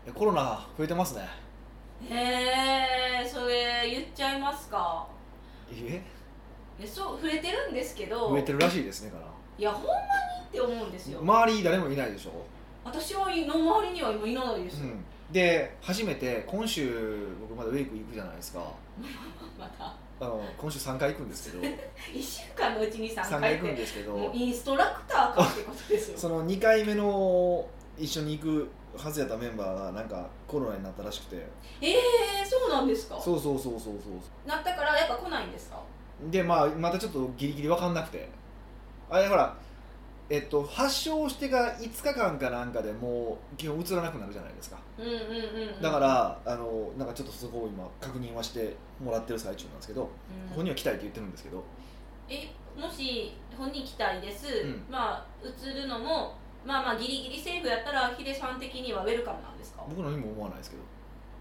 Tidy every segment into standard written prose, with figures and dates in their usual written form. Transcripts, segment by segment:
コロナ増えてますね。 へえ、それ言っちゃいますか？ えそう増えてるんですけど、 増えてるらしいですね。からいやほんまにって思うんですよ。 周り誰もいないでしょ。 私はの周りには今いないです。 で初めて今週僕まだウェイク行くじゃないですか。 また今週3回行くんですけど 1週間のうちに3 3回回行くんってですけど、 もうインストラクターかってことですよ。 その2回目の一緒に行くはずやったメンバーがなんかコロナになったらしくて。 そうなんですか？ そうなったからやっぱ来ないんですか？ でまだちょっとギリギリ分かんなくて、あれほら発症してから5日間かなんかでもう基本移らなくなるじゃないですか。だからなんかちょっとそこを今確認はしてもらってる最中なんですけど、本人は来たいって言ってるんですけど。 もし本人来たいです、まあ移るのもまあギリギリセーフやったらヒデさん的にはウェルカムなんですか？ 僕のにも思わないですけど。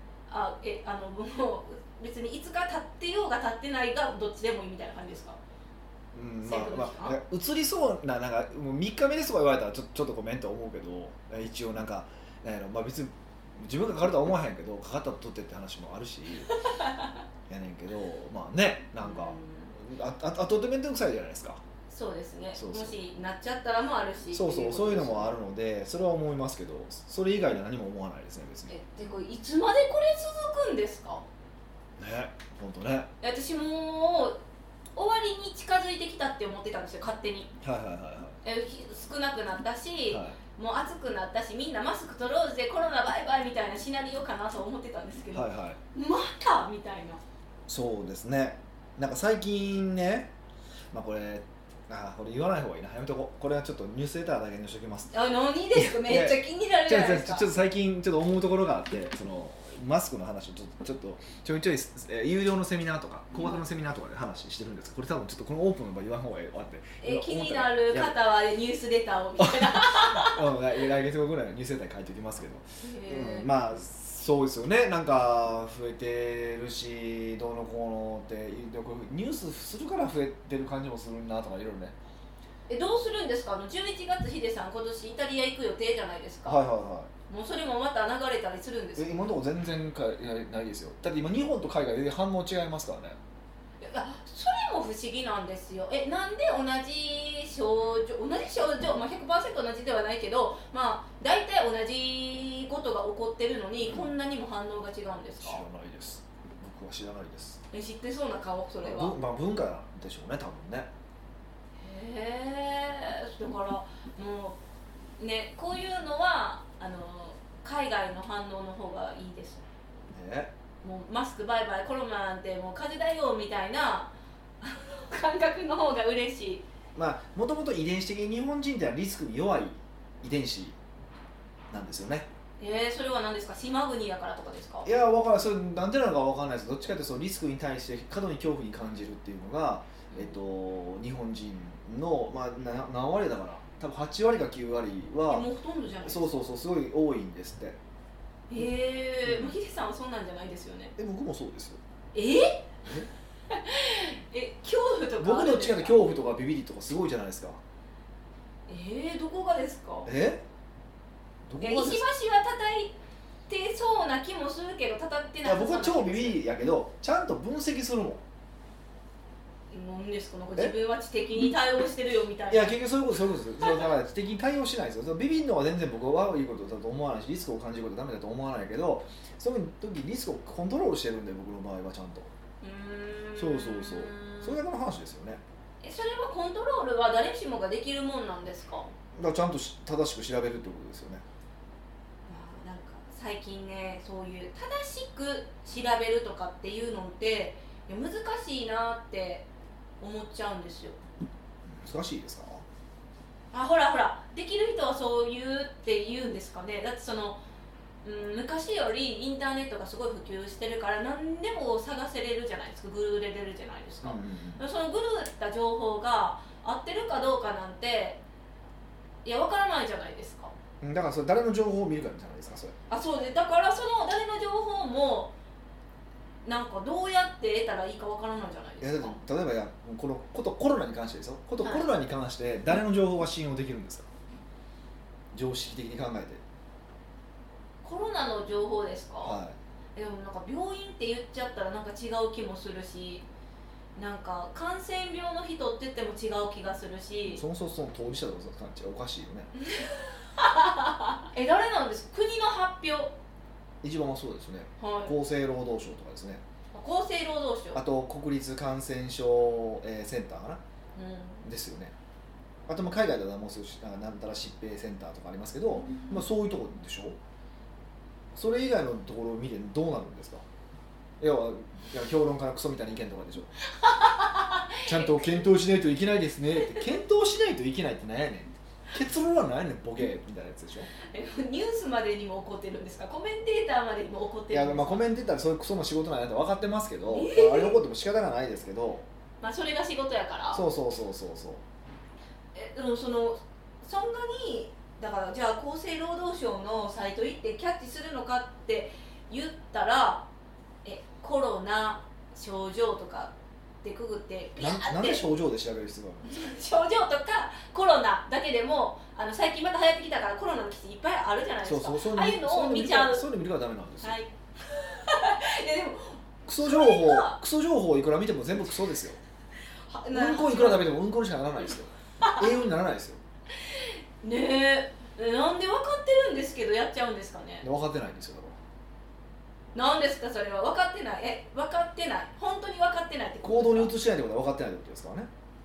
もう別にいつか経ってようが経ってないがどっちでもいいみたいな感じですか？ 移りそうな、なんかもう3日目ですとか言われたらちょっとごめんと思うけど、一応なんか別に自分がかかるとは思わへんけど、かかったら取ってって話もあるしやねんけど、まあね、なんか後々面倒くさいじゃないですか。 そうですね。 そうもしなっちゃったらもあるし、 そういうのもあるので、それは思いますけど、それ以外では何も思わないですね、別に。 でこれいつまでこれ続くんですかね。本当ね。 私もう終わりに近づいてきたって思ってたんですよ、勝手に。少なくなったし、もう暑くなったし、みんなマスク取ろうぜ、コロナバイバイみたいなシナリオかなと思ってたんですけど、またみたいな。 そうですね。なんか最近ね、これ言わない方がいいな、やめとこう。これはちょっとニュースレターだけにしときます。 何ですか、めっちゃ気になるじゃないですか。 ちょっと最近ちょっと思うところがあって、そのマスクの話をちょっとちょい有料のセミナーとか高額のセミナーとかで話してるんですけど、これ多分ちょっとこのオープンの場言わん方がいいわって。 気になる方はニュースレターをみたいな来月後ぐらいのニュースレターに書いておきますけど、まあそうですよね。なんか増えてるし、どうのこうのってニュースするから増えてる感じもするなとかいろいろね。 どうするんですか？11月ヒデさん今年イタリア行く予定じゃないですか。もうそれもまた流れたりするんですか？ 今のところ全然ないですよ。だって今日本と海外で反応違いますからね。 それも不思議なんですよ。なんで同じ症状、100% 同じではないけど、大体同じことが起こってるのに、こんなにも反応が違うんですか？ 知らないです。僕は知らないです。 知ってそうな顔、それは。 文化でしょうね、多分ね。 だからもうね、こういうのは海外の反応の方がいいです。もうマスクバイバイコロナなんてもう風邪だよみたいな感覚の方が嬉しい。 もともと遺伝子的に日本人ってはリスクに弱い遺伝子なんですよね。 それは何ですか？島国やからとかですか？ いや、分からない。それなんでなのか分からないです。どっちかというとリスクに対して過度に恐怖に感じるっていうのが、日本人の、何割だから多分8割か9割はもうほとんどじゃないですか。 そうすごい多いんですって。 ヒデさんはそんなんじゃないですよね。 僕もそうですよ。 恐怖とか僕どっちかと恐怖とかビビりとかすごいじゃないですか。 どこがですか？ どこがですか？ 石橋は叩いてそうな気もするけど叩ってない。 僕は超ビビりやけどちゃんと分析するもん。 何ですか？なんか自分は知的に対応してるよみたいな。 いや、結局そういうことです。だから知的に対応しないですよ。ビビるのは全然僕は悪いことだと思わないし、リスクを感じることはダメだと思わないけど、そういう時リスクをコントロールしてるんで、僕の場合はちゃんと。それだけの話ですよね。 それはコントロールは誰しもができるもんなんですか？ だからちゃんと正しく調べるってことですよね。 なんか最近ね、そういう正しく調べるとかっていうのって難しいなって思っちゃうんですよ。 難しいですか？ ほらできる人はそう言うって言うんですかね。だって昔よりインターネットがすごい普及してるから何でも探せれるじゃないですか。グルれれるじゃないですか。そのグルった情報が合ってるかどうかなんてわからないじゃないですか。 だからそれ誰の情報を見るかじゃないですか、それ。 そうで、だからその誰の情報もなんかどうやって得たらいいかわからないじゃないですか。 例えばこのコロナに関してですよ。コロナに関して誰の情報が信用できるんですか？常識的に考えて。 コロナの情報ですか？ はでもなんか病院って言っちゃったらなんか違う気もするし、なんか感染病の人って言っても違う気がするし、 そもそもその当事者とか感じおかしいよね誰なんですか？国の発表。 一番はそうですね、 はい、 厚生労働省とかですね、 厚生労働省、 あと国立感染症、センターかな、 うん、 ですよね。あと海外ではもうすぐなんたら疾病センターとかありますけど、まあ、そういうところでしょ。それ以外のところを見てどうなるんですか。要はいや評論家のクソみたいな意見とかでしょちゃんと検討しないといけないですねって。検討しないといけないって何やねん、結論は何やねんボケみたいなやつでしょ。 ニュースまでにも怒ってるんですか？コメンテーターまでにも怒ってるんですか？ いや、まあコメンテーターそういうクソの仕事なんやって分かってますけど、あれ怒っても仕方がないですけど、 まあそれが仕事やから。 そうそうそうそうそう。 でもそんなにだからじゃあ厚生労働省のサイト行ってキャッチするのかって言ったら、コロナ症状とかってくぐってピャーってなんで症状で調べる必要があるんですか。 症状とかコロナだけでも最近また流行ってきたからコロナの記事いっぱいあるじゃないですか。 そうああいうのを見ちゃう。 そういうの見るからダメなんですよ。 はい。いやでもクソ情報をいくら見ても全部クソですよ。うんこいくら食べてもうんこにしかならないですよ。栄養にならないですよ。 ねえ、なんで分かってるんですけどやっちゃうんですかね。 分かってないんですよ。だかなんですかそれは。分かってない。分かってない。本当に分かってないってことら行動にですか？ 移してないってことは分かってないってことですからね。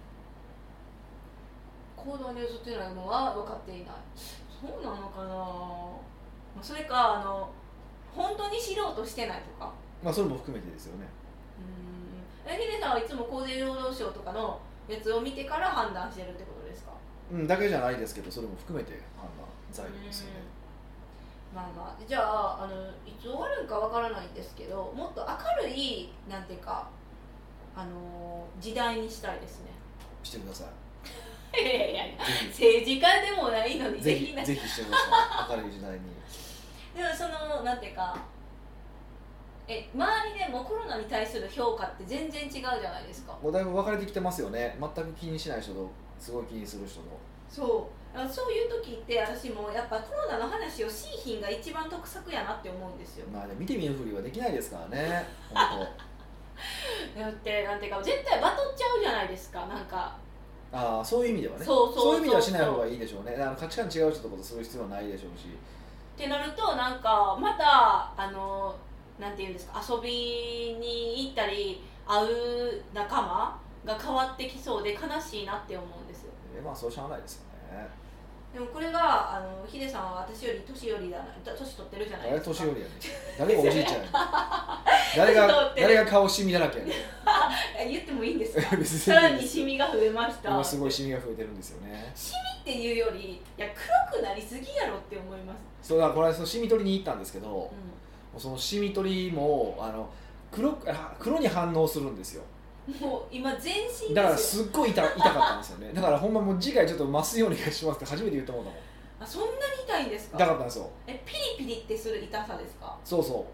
行動に移ってないのは分かっていない。そうなのかな。それか本当に知ろうとしてないとか。 まあそれも含めてですよね。 ヒデさんはいつも厚生労働省とかのやつを見てから判断してるってことですか？ だけじゃないですけど、それも含めて判断材料ですよね。 まあまあ、じゃあいつ終わるんかわからないんですけど、もっと明るいなんていうか時代にしたいですね。 してくださいやいやいや、政治家でもないのにい。ぜひしてください。明るい時代に。 でもなんていうか周りでもコロナに対する評価って全然違うじゃないですか。 もうだいぶ分かれてきてますよね。全く気にしない人とすごい気にする人と。 そういう時って私もやっぱコロナの話をしいひんが一番得策やなって思うんですよ。 まあね、見て見ぬふりはできないですからね。本だってなんていうか絶対バトっちゃうじゃないですか。なんかああ、そういう意味ではね。 そういう意味ではしない方がいいでしょうね。価値観違う人とことする必要はないでしょうし。 ってなるとなんかまたなんていうんですか、遊びに行ったり会う仲間が変わってきそうで悲しいなって思うんですよ。 まあそうしゃあないですよね。 でもこれがヒデさんは私より年取ってるじゃないですか。 誰年寄りやねん。誰がおじいちゃんやねん。誰が顔シミだらけやねん。 言ってもいいんですか？ 別にさらにシミが増えました。 今すごいシミが増えてるんですよね。 シミっていうより黒くなりすぎやろって思います。 そうだ、これそのシミ取りに行ったんですけど、そのシミ取りも黒に反応するんですよ。 もう今全身ですよ。 だからすっごい痛かったんですよね。だからほんまもう次回ちょっと麻酔お願いしますって初めて言ったもんだもん。 あ、そんなに痛いんですか？ 痛かったんですよ。 ピリピリってする痛さですか？ そうそう。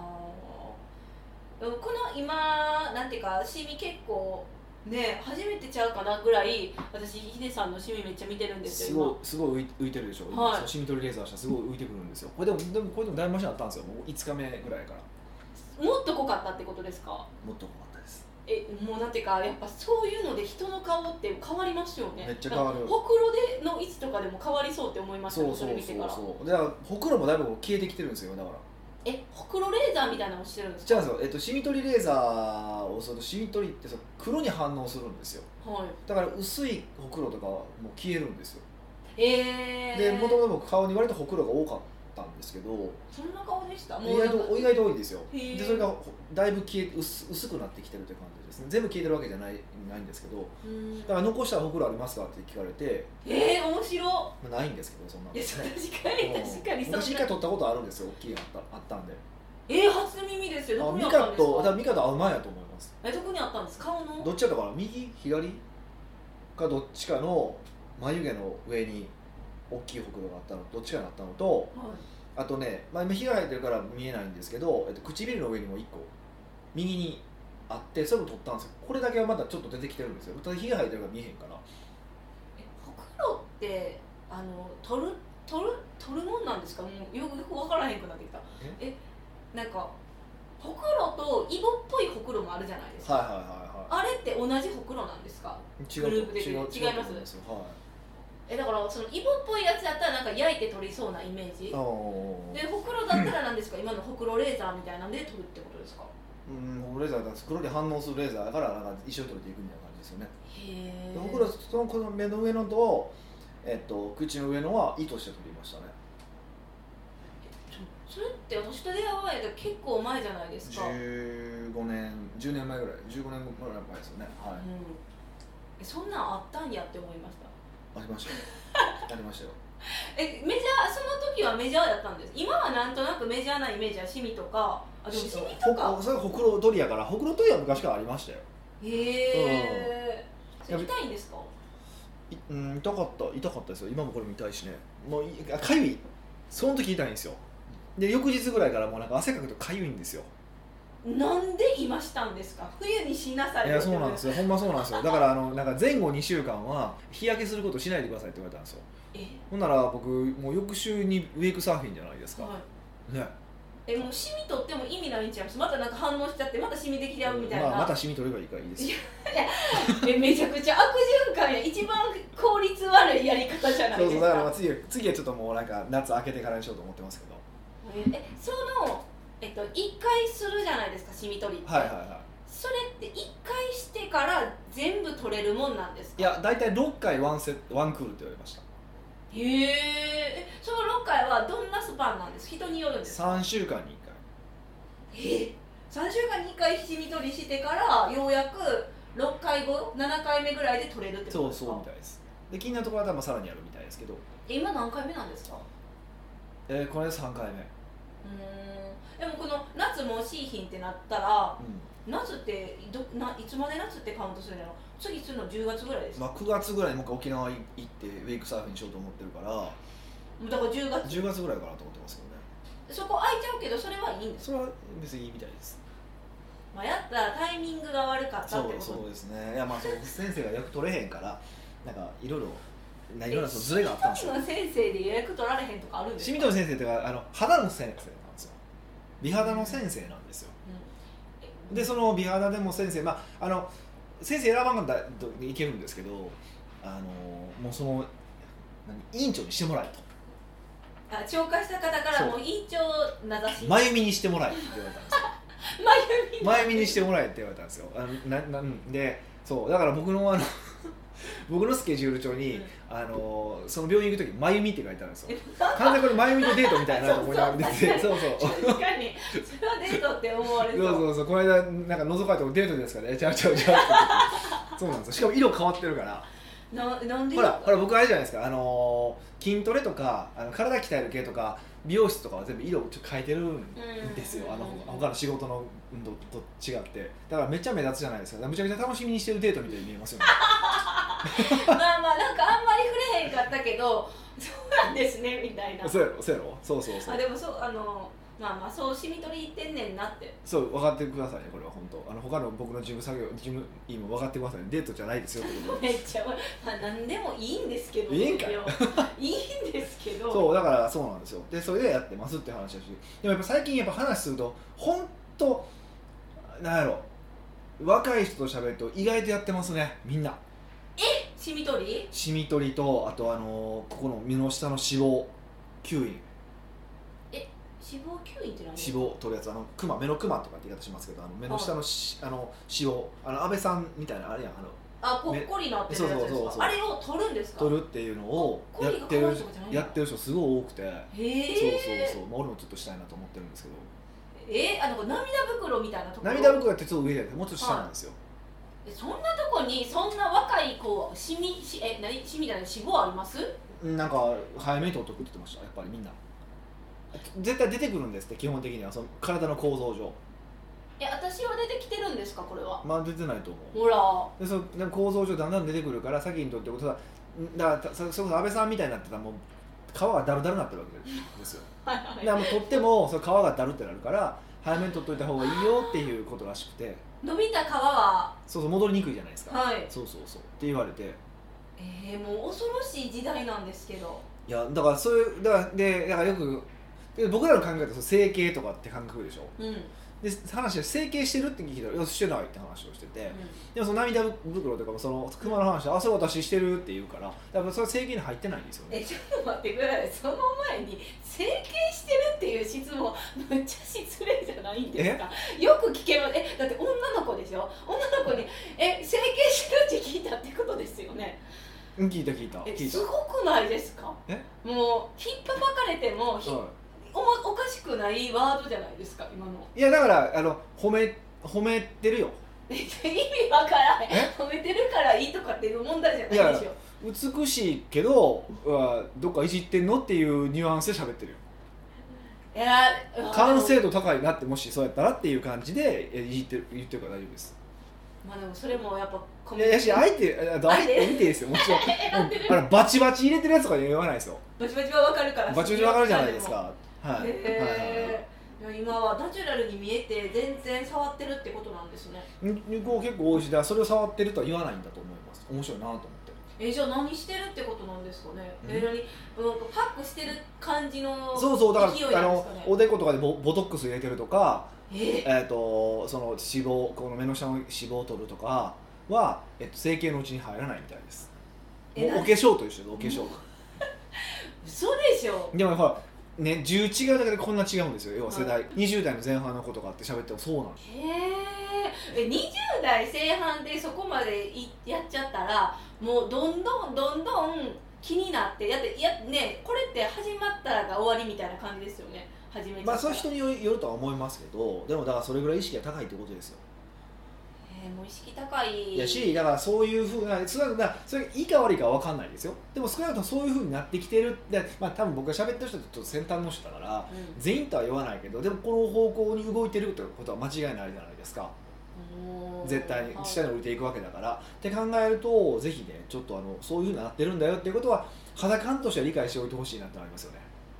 この今なんていうかシミ結構ね初めてちゃうかなぐらい私ヒデさんのシミめっちゃ見てるんですよ。 すごい浮いてるでしょ。 はい、 シミ取りレーザーしたらすごい浮いてくるんですよ。これでもこれでもだいぶマシになったんですよ。もう5日目ぐらいから。 もっと濃かったってことですか？ もっと濃かったです。 もうなんていうかやっぱそういうので人の顔って変わりますよね。 めっちゃ変わる。 ほくろでの位置とかでも変わりそうって思いましたね。それ見てから。 だからほくろもだいぶ消えてきてるんですよ。だからほくろレーザーみたいなのしてるんですか？ 違うんですよ。シミ取りレーザーをするとシミ取りって黒に反応するんですよ。 はい。 だから薄いほくろとかはもう消えるんですよ。 でもともと僕顔に割とほくろが多かったんですけど、 そんな顔でした？もう意外と多いんですよ。 でそれがだいぶ薄くなってきてるという感じですね。全部消えてるわけじゃないんですけど、だから残したほくろありますかって聞かれて、 面白い。ないんですけど、そんなの、 ね。確かに昔一回取ったことあるんですよ。大きいのあったんで。 初耳ですよ。どこにあったんですか？ ミカと会う前やと思います。 どこにあったんですか？顔のどっちやったかな、右左かどっちかの眉毛の上に大きいほくろがあったの、どっちかにあったのと、はい、あとね、今火が入ってるから見えないんですけど、唇の上にも1個右にあって、それも取ったんですよ。これだけはまだちょっと出てきてるんですよ。ただ火が入ってるから見えへんから。 ほくろって取るっ取るもんなんですか？もうよく分からへんくなってきた。なんかほくろとイボっぽいほくろもあるじゃないですか。 はいはいはいはい。 あれって同じほくろなんですか？ 違グループで違います。 はい。 だからそのイボっぽいやつやったらなんか焼いて取りそうなイメージ。でほくろだったら何ですか？今のほくろレーザーみたいなんで取るってことですか？ レーザーだ黒に反応するレーザーだからなんか一緒に取れていくみたいな感じですよね。 へえ。 ほくろこの目の上のと口の上のは意図して取りましたね。 それって私と出会う前で結構前じゃないですか。 10年前ぐらい、15年ぐらい前ですよね。はい。 そんなんあったんやって思いました。 ありましたよ。ありましたよ。 メジャー、その時はメジャーだったんです。今はなんとなくメジャーなイメージはシミとか、でもシミとかそれほくろ取りやから、ほくろ取りは昔からありましたよ。 へえ。痛いんですか？ 痛かったですよ。今もこれも痛いしね。もうかゆい。その時痛いんですよ。で翌日ぐらいからもうなんか汗かくとかゆいんですよ。 なんで今したんですか？冬にしなさい。 いやそうなんですよ。ほんまそうなんですよ。だからなんか前後2週間は日焼けすることしないでくださいって言われたんですよ。ほんなら僕もう翌週にウェイクサーフィンじゃないですか。はい、ね。 もうシミ取っても意味ないんちゃいます？またなんか反応しちゃってまたシミできちゃうみたいな。 またシミ取ればいいからいいですよ。 めちゃくちゃ悪循環や。一番効率悪いやり方じゃないですか。 そうだから次はちょっともうなんか夏明けてからにしようと思ってますけど。 その1回するじゃないですか、シミ取りって。はいはいはい。それって1回してから全部取れるもんなんですか？ いや、大体6回ワンクールって言われました。 へえ。その6回はどんなスパンなんですか？人によるんですか ？3週間に1 回。3週間に1回シミ取りしてからようやく6回後7回目ぐらいで取れるってことですか？ そうみたいです。で気になるところは多分さらにあるみたいですけど。 今何回目なんですか？ これ3回目。 でもこの夏もしいひんってなったら、夏っていつまで夏ってカウントするんやろ？次するの10月ぐらいですか ？9月ぐらいにもう一回沖縄行ってウェイクサーフィンしようと思ってるから、 だから10月ぐらいかなと思ってますけどね。 そこ空いちゃうけどそれはいいんですか？ それは別にいいみたいです。 やったらタイミングが悪かったってこと？ そうですね。いや先生が予約取れへんからなんかいろいろズレがあったんですよ。 シミ取りの先生で予約取られへんとかあるんですか？ シミ取り先生って肌の先生なんですよ。美肌の先生なんですよ。でその美肌でも先生先生選ばんかったらいけるんですけどもうその委員長にしてもらえと。 紹介した方からもう委員長名指し。 真由美にしてもらえって言われたんですよ。真由美にしてもらえって言われたんですよ。でそうだから僕のスケジュール帳に、その病院行く時真由美って書いてあるんですよ。完全にこれ真由美とデートみたいなと思いながら見てて、そう確かにそれはデートって思われそう。 そうこの間なんか覗かれてもデートですからね、ちゃうってそうなんですよ。しかも色変わってるからなんでほら僕あれじゃないですか、筋トレとか体鍛える系とか美容室とかは全部色をちょっと変えてるんですよ。他の仕事の運動と違ってだからめっちゃ目立つじゃないですか。むちゃくちゃ楽しみにしてるデートみたいに見えますよね。 なんかあんまり触れへんかったけどそうなんですねみたいな。 そうやろそうでもそうそうシミ取りってんねんなって。 そう分かってくださいね。これは本当他の僕の事務員も分かってくださいね。デートじゃないですよってことめっちゃ何でもいいんですけど。 いいんかいいいんですけど。 そうだからそうなんですよ。でそれでやってますって話だし、でもやっぱ最近話すると本当なんやろ、若い人と喋ると意外とやってますねみんな。 シミ取りとあとここの目の下の脂肪吸引。 脂肪吸引って何？ 脂肪取るやつ目のクマとかって言い方しますけど目の下の脂肪安倍さんみたいなあれやんぽっこりなってるやつですか？あれを取るんですか？取るっていうのをやってる人すごい多くて。そう俺もちょっとしたいなと思ってるんですけど。 涙袋みたいなところ？ 涙袋ってちょっと上でもうちょっと下なんですよ。 そんなとこにそんな若い子シミじゃない脂肪あります？ なんか早めに取っとくって言ってました。やっぱりみんな絶対出てくるんですって。基本的にはその体の構造上。 私は出てきてるんですか？これは出てないと思う。 ほらでその構造上だんだん出てくるから先に取ってことはだからそれこそ安倍さんみたいになってたらもう皮がだるだるになってるわけですよ。だからもう取ってもその皮がだるってなるから早めに取っといた方がいいよっていうことらしくて。 伸びた皮はそう戻りにくいじゃないですか。 はい。 そうって言われて。 もう恐ろしい時代なんですけど。 いやだからそういうだからよく僕らの考えだと整形とかって感覚でしょ、 うんで話で整形してるって聞いたらいやしてないって話をしてて、でもその涙袋とかもその熊の話であそう私してるって言うからだからそれは整形に入ってないんですよね。 ちょっと待ってください、その前に整形してるっていう質問めっちゃ失礼じゃないんですか。よく聞けます。だって女の子でしょ、女の子に整形してるって聞いたってことですよね。 聞いたすごくないですか。もうひっぱばかれてもおかしくないワードじゃないですか今の。 いやだから褒めてるよ意味わからない。褒めてるからいいとかっていう問題じゃないでしょ。 美しいけどどっかいじってんのっていうニュアンスで喋ってるよ。いや完成度高いなってもしそうやったらっていう感じで言ってるから大丈夫です。 まあでもそれもやっぱいや相手見ていいですよもちろんバチバチ入れてるやつとか言わないですよ。 バチバチはわかるから。 バチバチわかるじゃないですか。 今はナチュラルに見えて全然触ってるってことなんですね。 結構多いしだそれを触ってるとは言わないんだと思います。面白いなと思って。 じゃあ何してるってことなんですかね。パックしてる感じのそうだからおでことかでボトックス入れてるとか、その脂肪この目の下の脂肪を取るとかは、整形のうちに入らないみたいです。もうお化粧と一緒でお化粧嘘でしょ。 でもほらね、10違うだけでこんな違うんですよ。要は世代、20代の前半の子とかって喋ってもそうなんです。 20代前半でそこまでやっちゃったらもうどんどん気になってね、これって始まったらが終わりみたいな感じですよね。 まあそういう人によるとは思いますけど、でもだからそれぐらい意識が高いってことですよ。 もう意識高いやし、だからそういうふうなそれがいいか悪いかは分かんないですよ。でも少なくともそういうふうになってきてるで、まあ多分僕が喋ってる人ってちょっと先端の人だから、全員とは言わないけど、でもこの方向に動いてるってことは間違いないじゃないですか。絶対に下に降りていくわけだからって考えると、ぜひねちょっとそういうふうになってるんだよっていうことは肌感としては理解しておいてほしいなってなりますよね。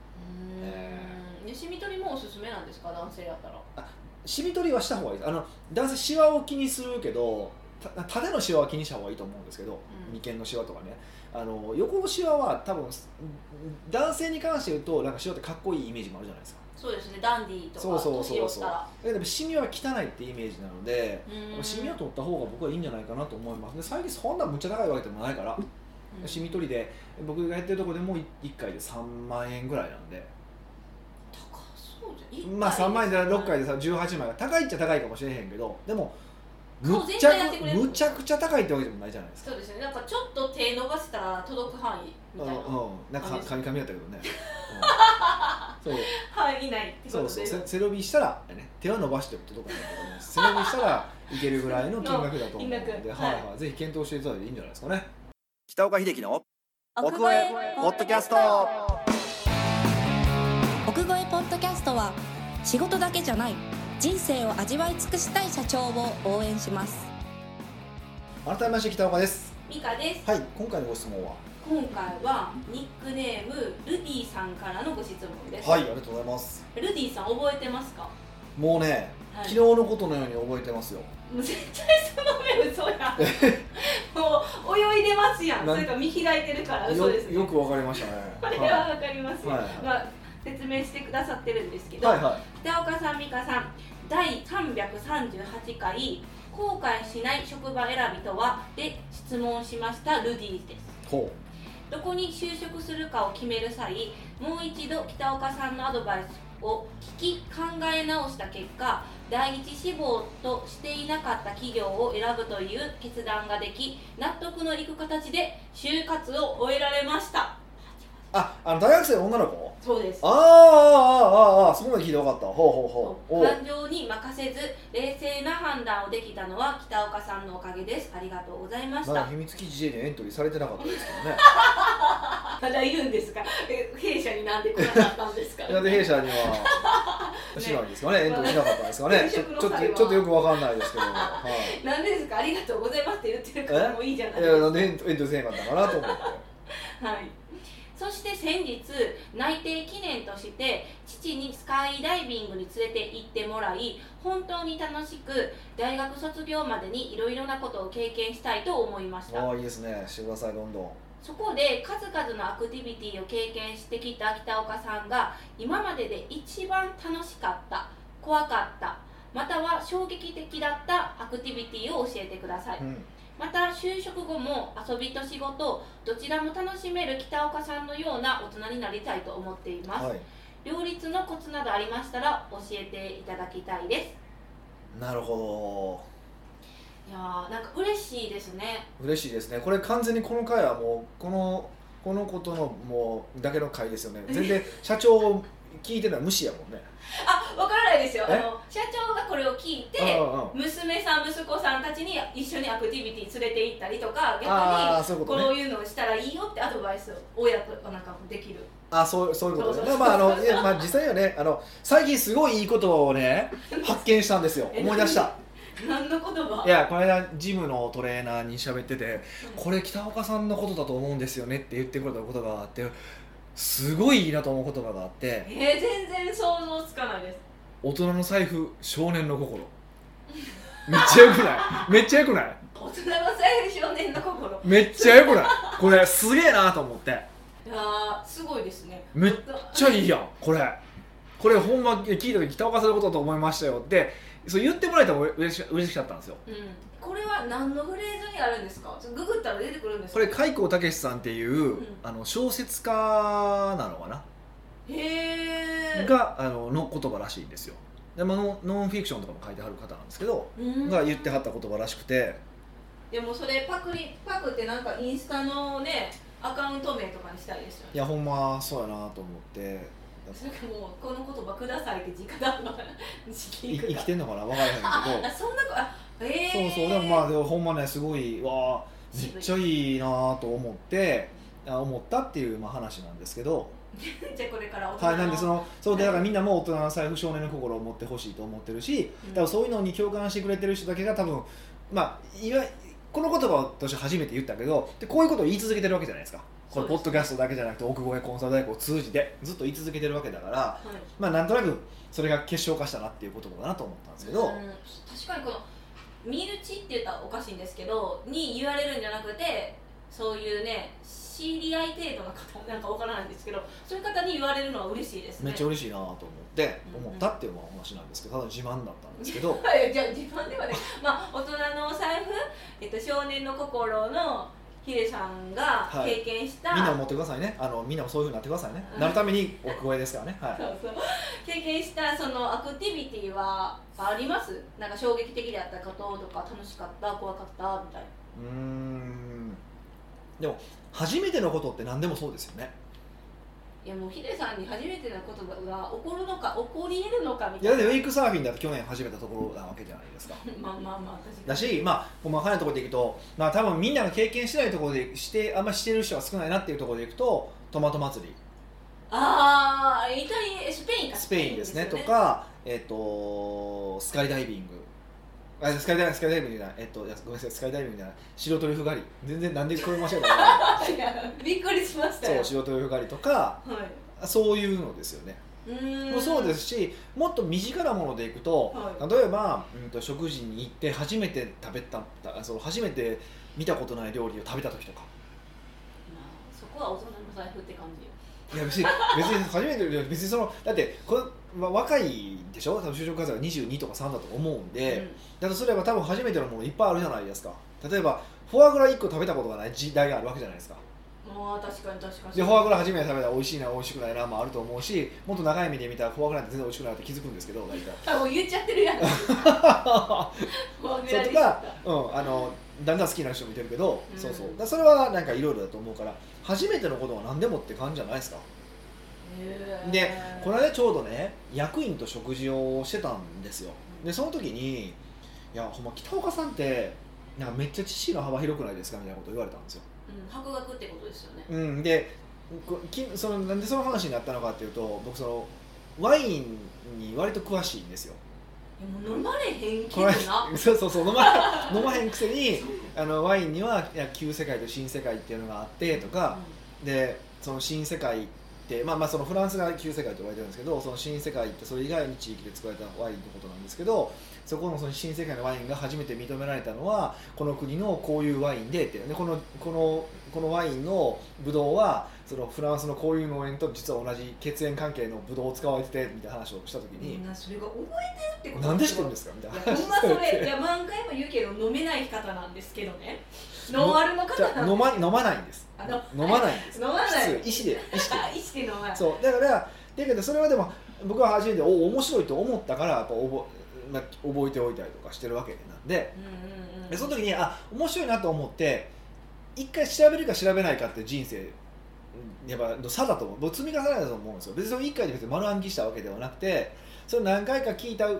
シミ取りもおすすめなんですか、男性やったら。 シミ取りはした方がいいです。男性シワを気にするけど縦のシワは気にした方がいいと思うんですけど、眉間のシワとかね、横のシワは多分男性に関して言うとなんかシワってかっこいいイメージもあるじゃないですか。 そうですね、ダンディーとか年をしたら。 でもシミは汚いってイメージなので、シミを取った方が僕はいいんじゃないかなと思います。で最近そんなむっちゃ高いわけでもないから、シミ取りで僕がやってるところでも1回で3万円ぐらいなんで。まあ3万円で6回で18枚が高いっちゃ高いかもしれへんけど、でもむちゃくちゃ高いってわけでもないじゃないですか。 そうですね、なんかちょっと手伸ばしたら届く範囲みたいな。 なんかカミカミやったけどね。 範囲内ってことで。 そう背伸びしたらね、手は伸ばしても届かないけどね、背伸びしたらいけるぐらいの金額だと思うので、ぜひ検討していただいていいんじゃないですかね。北岡秀樹の奥越えポッドキャスト。 奥越えポッドキャストは仕事だけじゃない人生を味わい尽くしたい社長を応援します。 改めまして北岡です。 ミカです。 はい、今回のご質問は今回はニックネームルディさんからのご質問です。 はい、ありがとうございます。 ルディさん覚えてますか？ もうね、昨日のことのように覚えてますよ。 もう絶対その目嘘やもう泳いでますやん。それから見開いてるから嘘ですね。 よくわかりましたね。 これはわかりますよ。説明してくださってるんですけど、北岡さん、美香さん、第338回後悔しない職場選びとはで質問しましたルディです。どこに就職するかを決める際、もう一度北岡さんのアドバイスを聞き考え直した結果、第一志望としていなかった企業を選ぶという決断ができ、納得のいく形で就活を終えられました。 大学生の女の子？ そうです。 そこまで聞いて分かった。 感情に任せず冷静な判断をできたのは北岡さんのおかげです。ありがとうございました。 まだ秘密基地 J にエントリーされてなかったですからね。 まだいるんですか？弊社になんで来なかったんですか？ なんで弊社にはしないんですかね、エントリーしなかったんですかね。ちょっとよく分かんないですけども。 なんでですか？ありがとうございますって言ってるからもういいじゃないですか。 なんでエントリーせなかったかなと思って。 はい。そして先日内定記念として父にスカイダイビングに連れて行ってもらい、本当に楽しく大学卒業までにいろいろなことを経験したいと思いました。 いいですね、してください。どんどん。 そこで数々のアクティビティを経験してきた北岡さんが今までで一番楽しかった、怖かった、または衝撃的だったアクティビティを教えてください、また就職後も遊びと仕事どちらも楽しめる北岡さんのような大人になりたいと思っています、両立のコツなどありましたら教えていただきたいです。 なるほど。いやー、なんか嬉しいですね。 嬉しいですね。これ完全にこの回はもうこのことのもうだけの回ですよね。全然社長を聞いてるのは無視やもんね。 わからないですよ。社長がこれを聞いて、娘さん息子さんたちに一緒にアクティビティ連れて行ったりとか、逆にこういうのをしたらいいよってアドバイスを親となんかできる。 そういうことね。実際はね、最近すごいいいことをね発見したんですよ。思い出した。 何の言葉？ いや、この間ジムのトレーナーに喋ってて、これ北岡さんのことだと思うんですよねって言ってくれたことがあって、すごいいいなと思う言葉があって、 全然想像つかないです。 大人の財布、少年の心。めっちゃよくない？めっちゃよくない？ 大人の財布、少年の心。 めっちゃよくない？これすげえなと思って。 いやー、すごいですね。 めっちゃいいやん、これほんま聞いた時北岡さんのことだと思いましたよってそう言ってもらえたら嬉しかったんですよ、 これは何のフレーズにあるんですか？ググったら出てくるんですか？ これ海光武さんっていう、小説家なのかながの言葉らしいんですよ。でノンフィクションとかも書いてはる方なんですけど、が言ってはった言葉らしくて、 でもそれパクってなんかインスタのねアカウント名とかにしたいですよね。 いやほんまそうやなと思って。 それかもうこの言葉くださいって直談の生きてんのかな分からへんけどそんなそうでもでもほんまねすごいわめっちゃいいなと思ったっていう話なんですけどじゃあこれから大人のなんでそうでだからみんなも大人の財布少年の心を持ってほしいと思ってるし、だからそういうのに共感してくれてる人だけが多分この言葉として初めて言ったけどでこういうことを言い続けてるわけじゃないですか。これポッドキャストだけじゃなくて奥越コンサル大学を通じてずっと言い続けてるわけだから、なんとなくそれが結晶化したなっていうことだなと思ったんですけど、 確かにこの身内って言ったらおかしいんですけどに言われるんじゃなくてそういうね知り合い程度の方なんかわからないんですけどそういう方に言われるのは嬉しいですね。 めっちゃ嬉しいなと思ったっていうお話なんですけどただ自慢だったんですけどじゃあ自慢ではね大人のお財布、少年の心のヒデさんが経験した、 みんな持ってくださいね。みんなもそういう風になってくださいね。なるために奥越えですからね。 そう経験したそのアクティビティはあります？なんか衝撃的であったこととか楽しかった怖かったみたいな。 でも初めてのことって何でもそうですよね。 いやもうヒデさんに初めてのことが起こるのか起こり得るのかみたいな。 いやだってウェイクサーフィンだって去年始めたところなわけじゃないですか確かにだし細かいところでいくと多分みんなが経験してないところであんまりしてる人は少ないなっていうところでいくとトマト祭りスペインですねとかスカイダイビングスカイダイビングじゃないごめんなさいスカイダイビングじゃない白トリュフ狩り全然なんでこれ間違えたかびっくりしましたよ。 白トリュフ狩りとか、そういうのですよね。もそうですしもっと身近なものでいくと、例えば、食事に行って初めて初めて見たことない料理を食べた時とか、 そこは大人の財布って感じ。 いや別に初めて別にだってこれ若いでしょ。多分就職活動が22とか3だと思うんで、だとすれば多分初めてのものいっぱいあるじゃないですか。例えばフォアグラ1個食べたことがない時代があるわけじゃないですか。 確かにでフォアグラ初めて食べたら美味しいな美味しくないなもあると思うしもっと長い目で見たらフォアグラって全然美味しくないって気づくんですけど大体もう言っちゃってるやんそうとか、だんだん好きな人もいてるけど、それはなんかいろいろだと思うから初めてのことは何でもって感じじゃないですか。でこの間ちょうどね役員と食事をしてたんですよ。でその時にいやほんま北岡さんってなんかめっちゃ知識の幅広くないですかみたいなことを言われたんですよ。 博学ってことですよね。 でなんでその話になったのかっていうと僕ワインに割と詳しいんですよ。 もう飲まれへんけどなそう飲まへんくせにワインには旧世界と新世界っていうのがあってとか、でその新世界て、そのフランスが旧世界と言われてるんですけど、その新世界ってそれ以外の地域で作られたワインのことなんですけど、そこのその新世界のワインが初めて認められたのはこの国のこういうワインでって、このワインのブドウはそのフランスのこういう農園と実は同じ血縁関係のブドウを使われててみたいな話をした時に、 それが覚えてるってことなんで知ってるんですかみたいな。 ほんまそれ、いや何回も言うけど飲めない方なんですけどね。ノンアルの方なんです。 飲まないんです。飲まないんです。 飲まない。 意思で飲まない。 そうだからけどそれはでも僕は初めて面白いと思ったからやっぱ覚えておいたりとかしてるわけなんで、でその時に面白いなと思って一回調べるか調べないかって人生やっぱ差だと思う。僕積み重ねだと思うんですよ。別にその1回で別に丸暗記したわけではなくて、それ何回か聞いた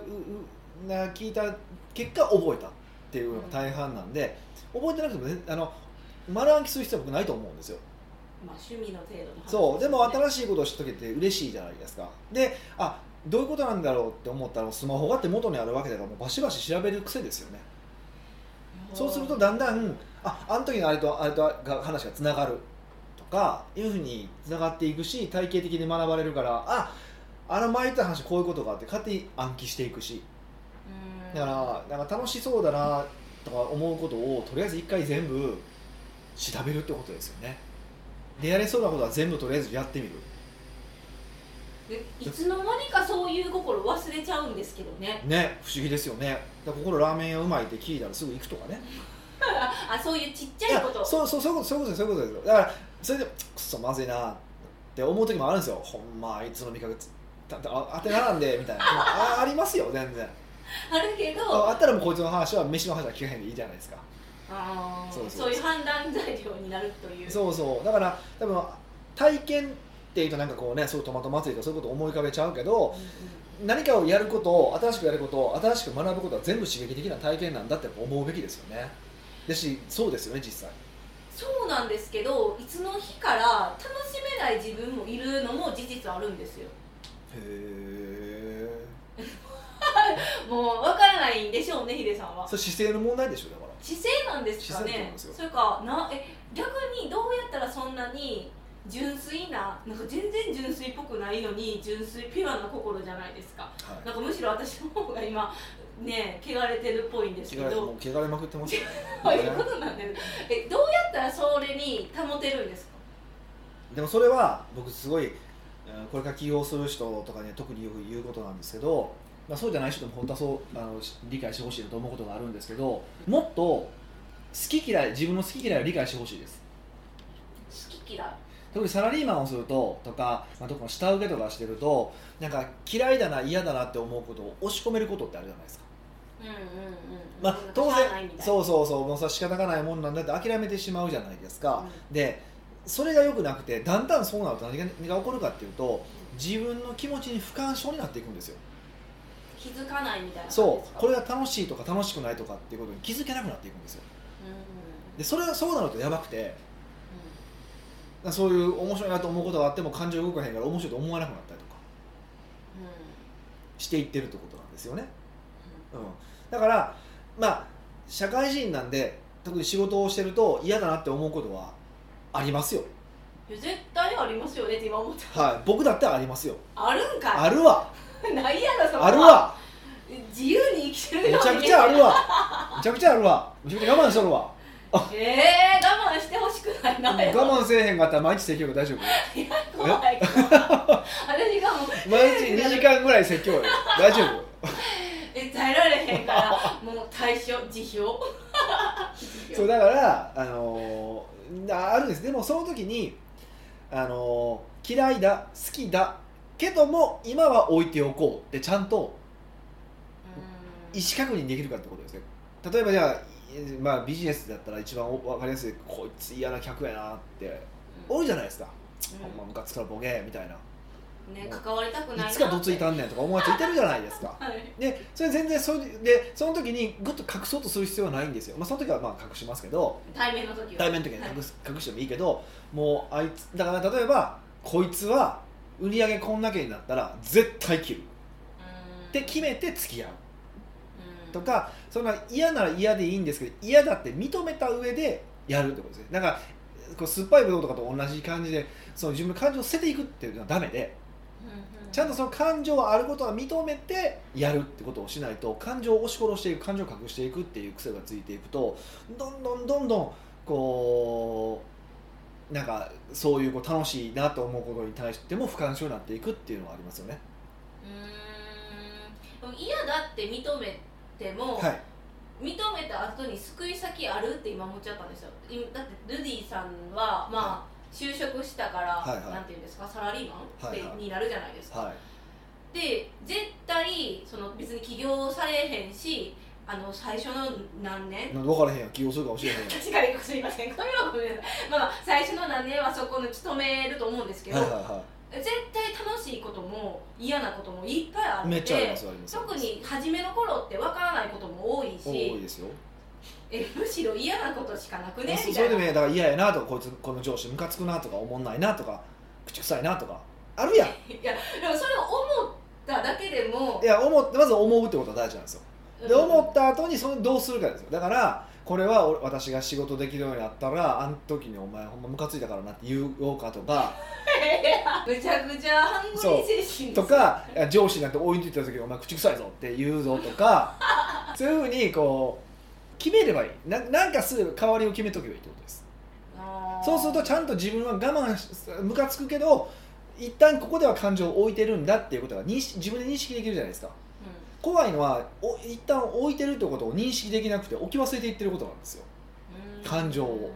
結果覚えたっていうのが大半なんで、覚えてなくても、ね、丸暗記する必要は僕ないと思うんですよ。 趣味の程度の話、ね、 そうでも新しいことを知っとけて嬉しいじゃないですか。でどういうことなんだろうって思ったらスマホがって元にあるわけだからもうバシバシ調べる癖ですよね。そうするとだんだんあの時のあれと話がつながるとかいうふうにつながっていくし、体系的に学ばれるから前言った話こういうことがあって勝手に暗記していくし、だからなんか楽しそうだなとか思うことをとりあえず一回全部調べるってことですよね。でやれそうなことは全部とりあえずやってみる。 いつの間にかそういう心忘れちゃうんですけどね。 ね、不思議ですよね。だからここのラーメン屋うまいって聞いたらすぐ行くとかねそういうちっちゃいこと。 そういうことですよ。だからそれでくそまずいなって思う時もあるんですよ。ほんまあいつの味覚当て並んでみたいなありますよ全然。 あるけどあったらもうこいつの話は飯の話は聞かへんでいいじゃないですか。 そういう判断材料になるという。 そうだから多分体験っていうとなんかこうね、そういうトマト祭りとかそういうことを思い浮かべちゃうけど、何かをやること新しくやること新しく学ぶことは全部刺激的な体験なんだって思うべきですよね。そうですよね実際。 そうなんですけど、いつの日から楽しめない自分もいるのも事実あるんですよ。 へーもう分からないんでしょうね、ヒデさんは。 それ姿勢の問題でしょ。だから姿勢なんですかね。それか逆にどうやったらそんなに純粋な、なんか全然純粋っぽくないのに純粋ピュアな心じゃないですか、はい、なんかむしろ私の方が今ね汚れてるっぽいんですけど。 もう汚れまくってますよねそういうことなんです。どうやったらそれに保てるんですか。 でもそれは僕すごいこれから起業する人とかには特によく言うことなんですけど、そうじゃない人でも本当はそう理解してほしいと思うことがあるんですけど、もっと自分の好き嫌いを理解してほしいです。 好き嫌い、 特にサラリーマンをするととか、特に下請けとかしてるとなんか嫌いだな嫌だなって思うことを押し込めることってあるじゃないですか。当然そうもうさ仕方がないもんなんだって諦めてしまうじゃないですか、でそれが良くなくて、だんだんそうなると何が起こるかっていうと、自分の気持ちに不干渉になっていくんですよ。 気づかないみたいな。 そうこれが楽しいとか楽しくないとかっていうことに気づけなくなっていくんですよ。でそれがそうなるとやばくて、そういう面白いなと思うことがあっても感情動かへんから面白いと思わなくなったりとかしていってるってことなんですよね、だから社会人なんで特に仕事をしてると嫌だなって思うことはありますよ。 絶対ありますよねって今思った。 はい、僕だってありますよ。 あるんかい。 あるわないやろそれは。 あるわ。 自由に生きてるよ。 めちゃくちゃあるわ。めちゃくちゃあるわ。めちゃくちゃ我慢しとるわ。 我慢してほしくないな。 我慢せえへんかったら毎日説教が大丈夫？ いや怖い。私がもう毎日2時間ぐらい説教よ。大丈夫？ 耐えられへんからもう対処辞表。 そうだからあるんです。でもその時に嫌いだ好きだけども今は置いておこうってちゃんと意思確認できるかってことですね。例えばじゃあ、ビジネスだったら一番分かりやすいこいつ嫌な客やなって多いじゃないですか。ムカつくからボケみたいな、 関わりたくないなっていつかどついたんねんとか思うやついてるじゃないですか、はい、でそれ全然その時にぐっと隠そうとする必要はないんですよ。その時は隠しますけど、 対面の時は隠してもいいけど、もうあいつだから例えばこいつは売り上げこんだけになったら絶対切るって決めて付き合うとか、そんな嫌なら嫌でいいんですけど嫌だって認めた上でやるってことですね。だからこう酸っぱいぶどうとかと同じ感じでその自分の感情を捨てていくっていうのはダメで、ちゃんとその感情があることは認めてやるってことをしないと、感情を押し殺していく、感情を隠していくっていう癖がついていくと、どんどんこうなんかそういう楽しいなと思うことに対しても不干渉になっていくっていうのはありますよね。 嫌だって認めても、はい、認めた後に救い先あるって今思っちゃったんですよ。だってルディさんはまあ就職したから、はいはい、なんていうんですか、サラリーマン、はいはい、になるじゃないですか、はい、で絶対その別に起業されへんし、最初の何年分からへんやん、起業するかもしれへんやん確かに、すいません、ごめんなさい、まあ、最初の何年はそこに勤めると思うんですけど、はいはいはい、絶対楽しいことも嫌なこともいっぱいあって、 めっちゃあります、 特に初めの頃って分からないことも多いし、 多いですよ。 むしろ嫌なことしかなくねみたいな。 それでもだから嫌やなとか、この上司ムカつくなとか、思んないなとか、口臭いなとかあるやん。いやでもそれを思っただけでも、 いやまず思うってことは大事なんですよ。で、思った後にそれどうするかですよ。だからこれは私が仕事できるようになったら、あの時にお前ほんまムカついたからなって言おうかとかむちゃくちゃハングリー精神とか、上司なんて置いていた時お前口臭いぞって言うぞとかそういうふうにこう決めればいい。なんかすぐ代わりを決めとけばいいってことです。そうするとちゃんと自分は我慢しムカつくけど、一旦ここでは感情を置いてるんだっていうことが自分で認識できるじゃないですか。怖いのは一旦置いてるってことを認識できなくて置き忘れていってることなんですよ、感情を。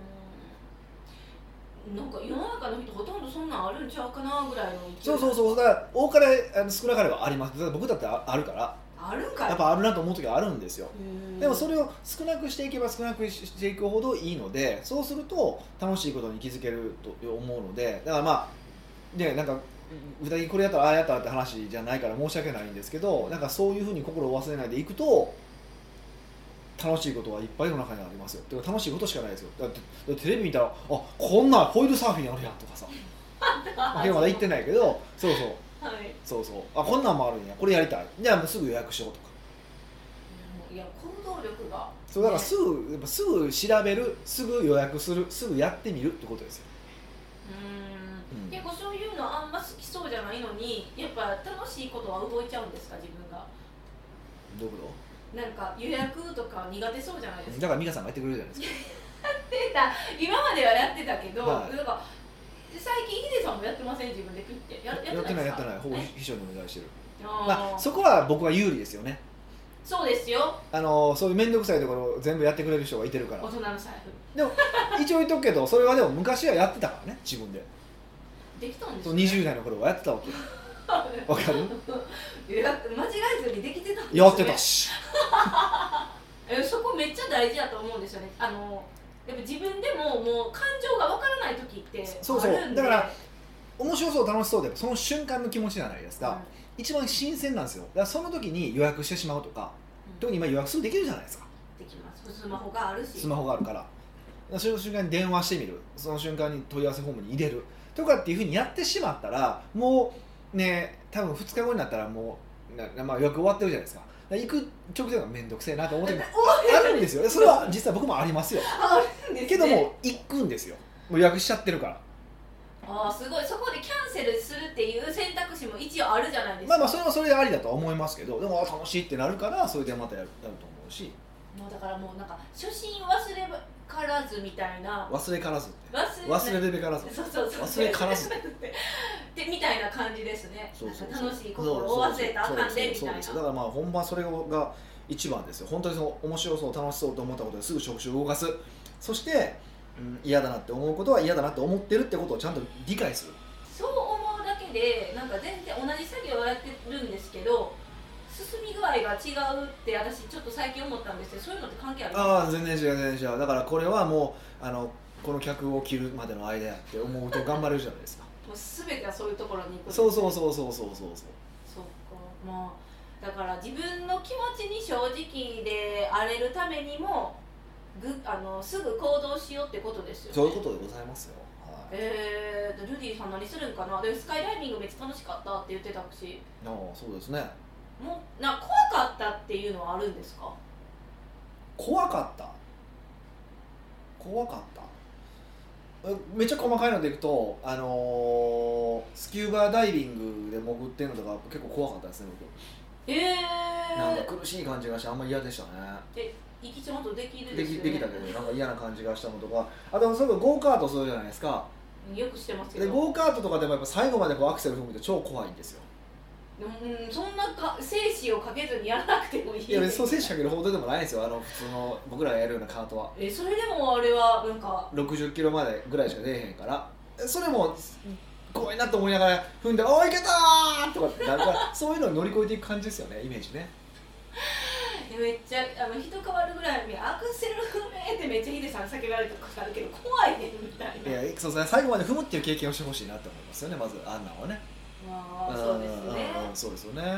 なんか世の中の人ほとんどそんなんあるんちゃうかなぐらいの勢い。そうだから多かれ少なかれはあります。だから僕だってあるから、 あるんかい、 やっぱあるなと思う時はあるんですよ。でもそれを少なくしていけば少なくしていくほどいいので、そうすると楽しいことに気づけると思うので、だからまあね、なんか具体的にこれやったらああやったらって話じゃないから申し訳ないんですけど、なんかそういうふうに心を忘れないでいくと楽しいことはいっぱいの中にありますよ。てか楽しいことしかないですよ。だってテレビ見たら、あ、こんなホイールサーフィンあるやんとかさまだ行ってないけど、そうそう、はい、そうそう、あ、こんなんもあるんや、これやりたい、じゃあすぐ予約しようとか。 いや、行動力が、 そうだからすぐ調べる、すぐ予約する、すぐやってみるってことですよ。 結構そういうのあんま好きそうじゃないのに、やっぱ楽しいことは動いちゃうんですか、自分が。 どういうこと？ なんか予約とか苦手そうじゃないですか。 だから美香さんがやってくれるじゃないですかやってた、今まではやってたけど、はい、なんか最近ヒデさんもやってません？自分でピッてやってない、ほぼ秘書にお願いしてる。まあ、そこは僕は有利ですよね。 そうですよ。 そういう面倒くさいところを全部やってくれる人がいてるから。 大人の財布。でも一応言っとくけど、それはでも昔はやってたからね、自分で。 できたんですね。 20代の頃はやってたわけよ。わかる？ 間違えずにできてたんですね。 やってたしそこめっちゃ大事だと思うんですよね。やっぱ自分でももう感情がわからない時ってあるんで。 そうだから面白そう楽しそうでその瞬間の気持ちじゃないですか、一番新鮮なんですよ。だからその時に予約してしまうとか、特に今予約すぐできるじゃないですか。 できます。スマホがあるし。 スマホがあるから、その瞬間に電話してみる、その瞬間に問い合わせフォームに入れるとかっていうふうにやってしまったら、もうね、多分2日後になったらもうまあ予約終わってるじゃないですか。行く直前が面倒くせえなと思ってあるんですよ。それは実際僕もありますよ。 あるんですね。 けども行くんですよ。もう予約しちゃってるから。 すごい。そこでキャンセルするっていう選択肢も一応あるじゃないですか。 まあそれはそれでありだとは思いますけど、でも楽しいってなるからそれでまたやると思うし。 もうだからもうなんか初心忘れからずみたいな。 忘れからずって忘れべからず。 そう忘れからずでみたいな感じですね。楽しい心を忘れたらあかんでみたいな。だからまあ本番それが一番ですよ。本当にその面白そう楽しそうと思ったことですぐ触手を動かす。そして、嫌だなって思うことは嫌だなって思ってるってことをちゃんと理解する。 そう思うだけでなんか全然同じ作業をやってるんですけど、進み具合が違うって私ちょっと最近思ったんですけど、そういうのって関係ありますか？ 全然違う。だからこれはもうこの客を切るまでの間やって思うと頑張れるじゃないですか。 もう全てはそういうところに行く。 そう。そっか。 まあだから自分の気持ちに正直で荒れるためにもすぐ行動しようってことですよね。 そういうことでございますよ。 ルディさん何するんかな。でスカイダイビングめっちゃ楽しかったって言ってたし。 そうですね。 もう怖かったっていうのはあるんですか？ 怖かっためっちゃ細かいのでいくと、スキューバダイビングで潜ってるのとか結構怖かったですね僕。なんか苦しい感じがしてあんまり嫌でしたね。 息ちゃんとできるでですよね。 きたけどなんか嫌な感じがしたのとか、あとそれゴーカートするじゃないですか。 よくしてますけど。 でゴーカートとかでもやっぱ最後までこうアクセル踏むと超怖いんですよ。 そんな生死をかけずにやらなくてもいい。 いやそう生死かけるほどでもないですよ、普通の僕らがやるようなカートは。 それでもあれはなんか 60キロまでぐらいしか出えへんから、それも怖いなと思いながら踏んで「おいけたー!」とかってなんかそういうのを乗り越えていく感じですよね、イメージね。 めっちゃ人変わるぐらいにアクセル踏めってめっちゃヒデさん叫ばれるとかあるけど怖いねみたいな。 いやそうですね、最後まで踏むっていう経験をしてほしいなって思いますよね、まずあんなんはね。 そうですね。 そうですよね。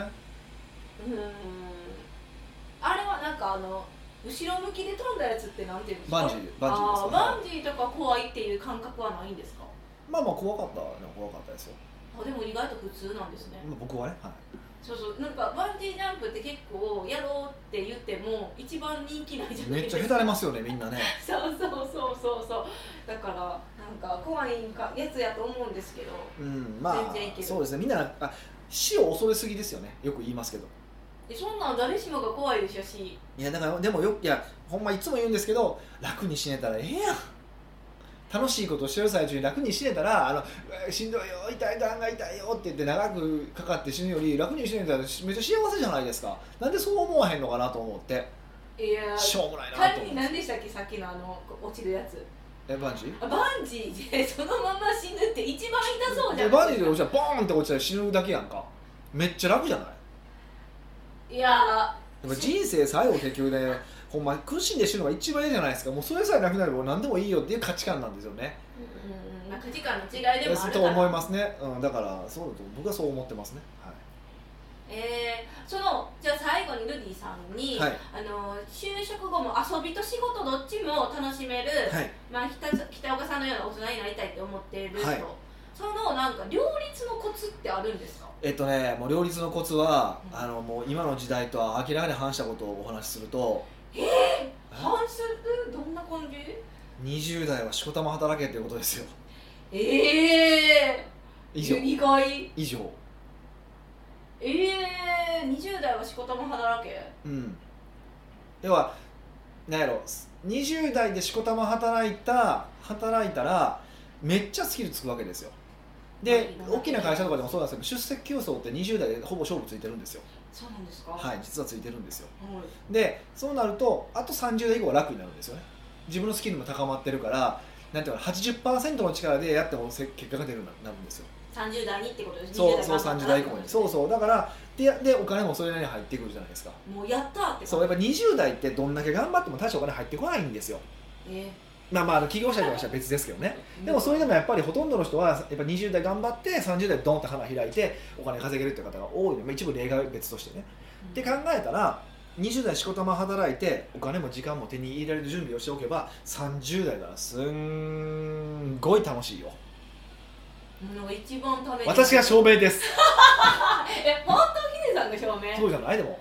あれはなんか後ろ向きで飛んだやつってなんていうんですか？ バンジーですか。 バンジーとか怖いっていう感覚はないんですか？ まあ怖かったですよ。 でも意外と普通なんですね。 僕はね、はい。 そうなんかバンジージャンプって結構やろうって言っても一番人気ないじゃないですか。 めっちゃへたれますよね、みんなね。 そうだからなんか怖いやつやと思うんですけど、 まあ全然いける。 そうですね、みんな死を恐れすぎですよね、よく言いますけど。 そんなん誰しもが怖いでしょし。 いやだからでもほんまいつも言うんですけど、楽に死ねたらええやん。楽しいことをしてる最中に楽に死ねたらしんどいよ、痛いがんが痛いよって言って長くかかって死ぬより楽に死ねたらめっちゃ幸せじゃないですか。なんでそう思わへんのかなと思って。 いやしょうもないなと思って。 仮に何でしたっけ、さっきの落ちるやつ。 バンジー？ バンジーでそのまま死ぬって一番痛そうじゃん。 バンジーで落ちたらボーンって落ちたら死ぬだけやんか。めっちゃ楽じゃない？ いやでも人生最後結局ね、ほんま苦しんで死ぬのが一番いいじゃないですか。もうそれさえなくなれば何でもいいよっていう価値観なんですよね。 価値観の違いでもあるからと思いますね。だからそうだと僕はそう思ってますね。はい。 じゃあ最後にルディさんに、就職後も遊びと仕事どっちも楽しめる、北岡さんのような大人になりたいって思っている人、そのなんか両立のコツってあるんですか？ もう両立のコツは、もう今の時代とは明らかに反したことをお話しすると、 反する？どんな感じ ？20代はしこたま働けっていうことですよ。 以上。意外。 以上。 20代はしこたま働け。 要はなんやろ、20代でしこたま働いたらめっちゃスキルつくわけですよ。で大きな会社とかでもそうなんですけど、出席競争って20代でほぼ勝負ついてるんですよ。 そうなんですか？ はい、実はついてるんですよ。でそうなるとあと30代以降は楽になるんですよね。自分のスキルも高まってるから、なんていうか 80% の力でやっても結果が出るようになるんですよ。 30代にってことです。 そう30代以降に。そうだからでお金もそれなりに入ってくるじゃないですか。 もうやったって。 そうやっぱ20代ってどんだけ頑張っても大したお金入ってこないんですよ。企業者には別ですけどね。でもそれでもやっぱりほとんどの人はやっぱ20代頑張って30代でドンって花開いてお金稼げるっていう方が多いので、一部例外は別としてね。って考えたら20代しこたま働いてお金も時間も手に入れられる準備をしておけば30代ならすんごい楽しいよ。 一番ために私が証明です。 本当ヒデさんが証明？ そうじゃない？でも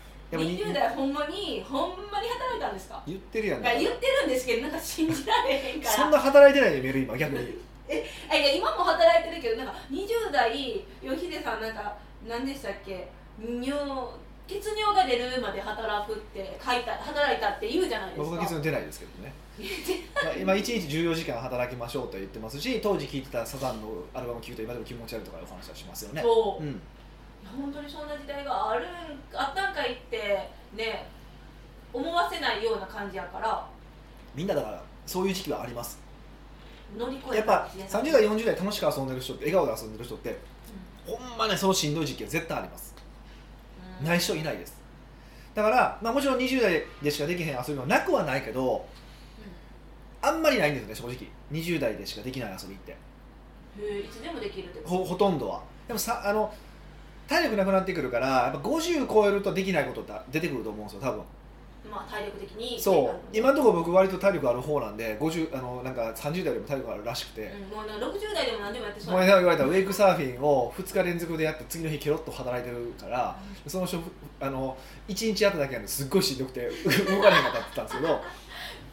20代ほんまに働いたんですか？ 言ってるやん。 言ってるんですけどなんか信じられへんから。そんな働いてないで見える今逆に。 いや今も働いてるけどなんか20代ヒデさんなんか何でしたっけ、血尿が出るまで働くって働いたって言うじゃないですか。 僕は血尿出ないですけどね。今1日14時間働きましょうと言ってますし、当時聴いてたサザンのアルバム聴くと今でも気持ち悪いとかお話はしますよね。 そう、本当にそんな時代があったんかいってね思わせないような感じやから、 みんなだからそういう時期はあります。 乗り越えやっぱ30代40代楽しく遊んでる人って、笑顔で遊んでる人って、ほんまねそのしんどい時期は絶対あります。ない人いないです。だからもちろん20代でしかできへん遊びもなくはないけど、あんまりないんですよね正直。20代でしかできない遊びって。 いつでもできるってこと？ ほとんどは。でも体力なくなってくるからやっぱ50超えるとできないことって出てくると思うんですよ多分。 体力的に。 そう今のところ僕割と体力ある方なんで、なんか30代でも体力あるらしくて、 もう60代でも何でもやってそう。 前言われたウェイクサーフィンを2日連続でやって次の日ケロッと働いてるから、その1日やっただけなんですっごいしんどくて動かれへんかったって言ったんですけど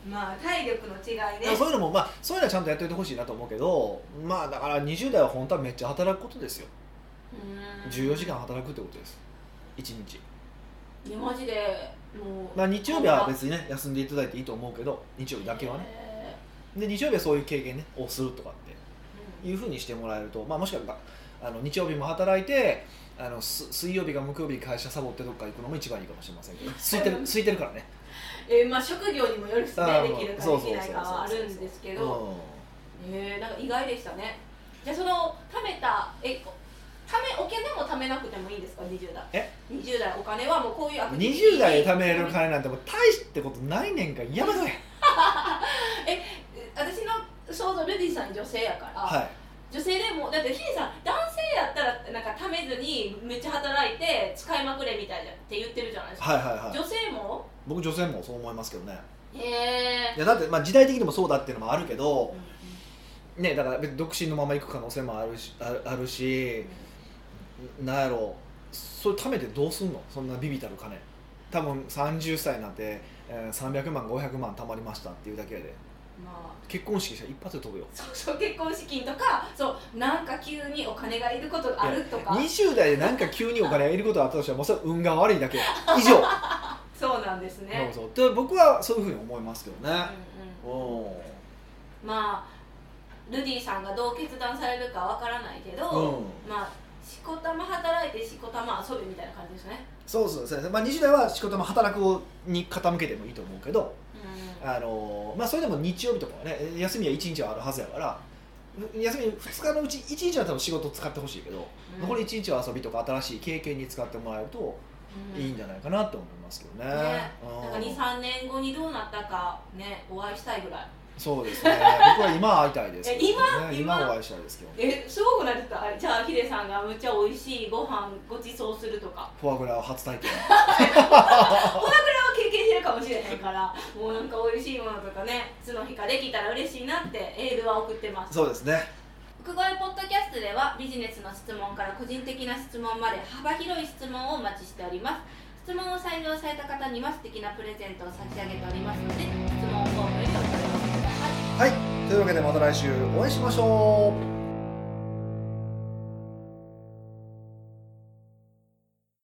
まあ体力の違いね。 そういうのもそういうのはちゃんとやっておいてほしいなと思うけど、だから20代は本当はめっちゃ働くことですよ。14時間働くってことです、1日。 いやマジでもう、 日曜日は別にね休んでいただいていいと思うけど、日曜日だけはね、で日曜日はそういう経験ねをするとかっていうふうにしてもらえると、もしかしたら日曜日も働いて水曜日か木曜日会社サボってどっか行くのも一番いいかもしれませんけど、空いてるからね。 職業にもよるしね、できるかできないかはあるんですけど、なんか意外でしたね。じゃあその貯めたお金も貯めなくてもいいんですか、20代？20代お金はもうこういうアクティビティ 20代で貯めれる金なんてもう大してことないねんからやめとけ私の想像、ルディさん女性やから、 はい、 女性でもだってヒデさん男性やったらなんか貯めずにめっちゃ働いて使いまくれみたいなって言ってるじゃないですか。女性も？僕女性もそう思いますけどね。 へえ。 だって時代的にもそうだっていうのもあるけど、ね、だから別に独身のまま行く可能性もあるし、なんやろう、それ貯めてどうすんの、そんなビビたる金。多分30歳になって、300万500万貯まりましたっていうだけで、結婚式したら一発で飛ぶよ。 そう結婚資金とか、なんか急にお金がいることがあるとか、 20代でなんか急にお金がいることがあったとしたらもうそれ運が悪いだけ以上そうなんですね。 で僕はそういうふうに思いますけどね。 ルディさんがどう決断されるかわからないけど、しこたま働いてしこたま遊びみたいな感じですね。 そうですね。20代はしこたま働くに傾けてもいいと思うけど、それでも日曜日とかはね、休みは1日はあるはずやから、休み2日のうち1日は多分仕事使ってほしいけど、残り1日は遊びとか新しい経験に使ってもらえるといいんじゃないかなと思いますけどね。 なんか2、3年後にどうなったかね、お会いしたいぐらい。 そうですね。僕は今会いたいですけどね。今お会いしたいですけど。 すごくないですか。じゃあヒデさんがむっちゃ美味しいご飯ご馳走するとか。 フォアグラを初体験。 フォアグラは経験してるかもしれないから、もうなんか美味しいものとかね、角日かできたら嬉しいなってエールは送ってます。 そうですね。 福声ポッドキャストではビジネスの質問から個人的な質問まで幅広い質問をお待ちしております。質問を採用された方には素敵なプレゼントを差し上げておりますので、質問フォームよりお問い合わせください。 はい、というわけでまた来週お会いしましょう。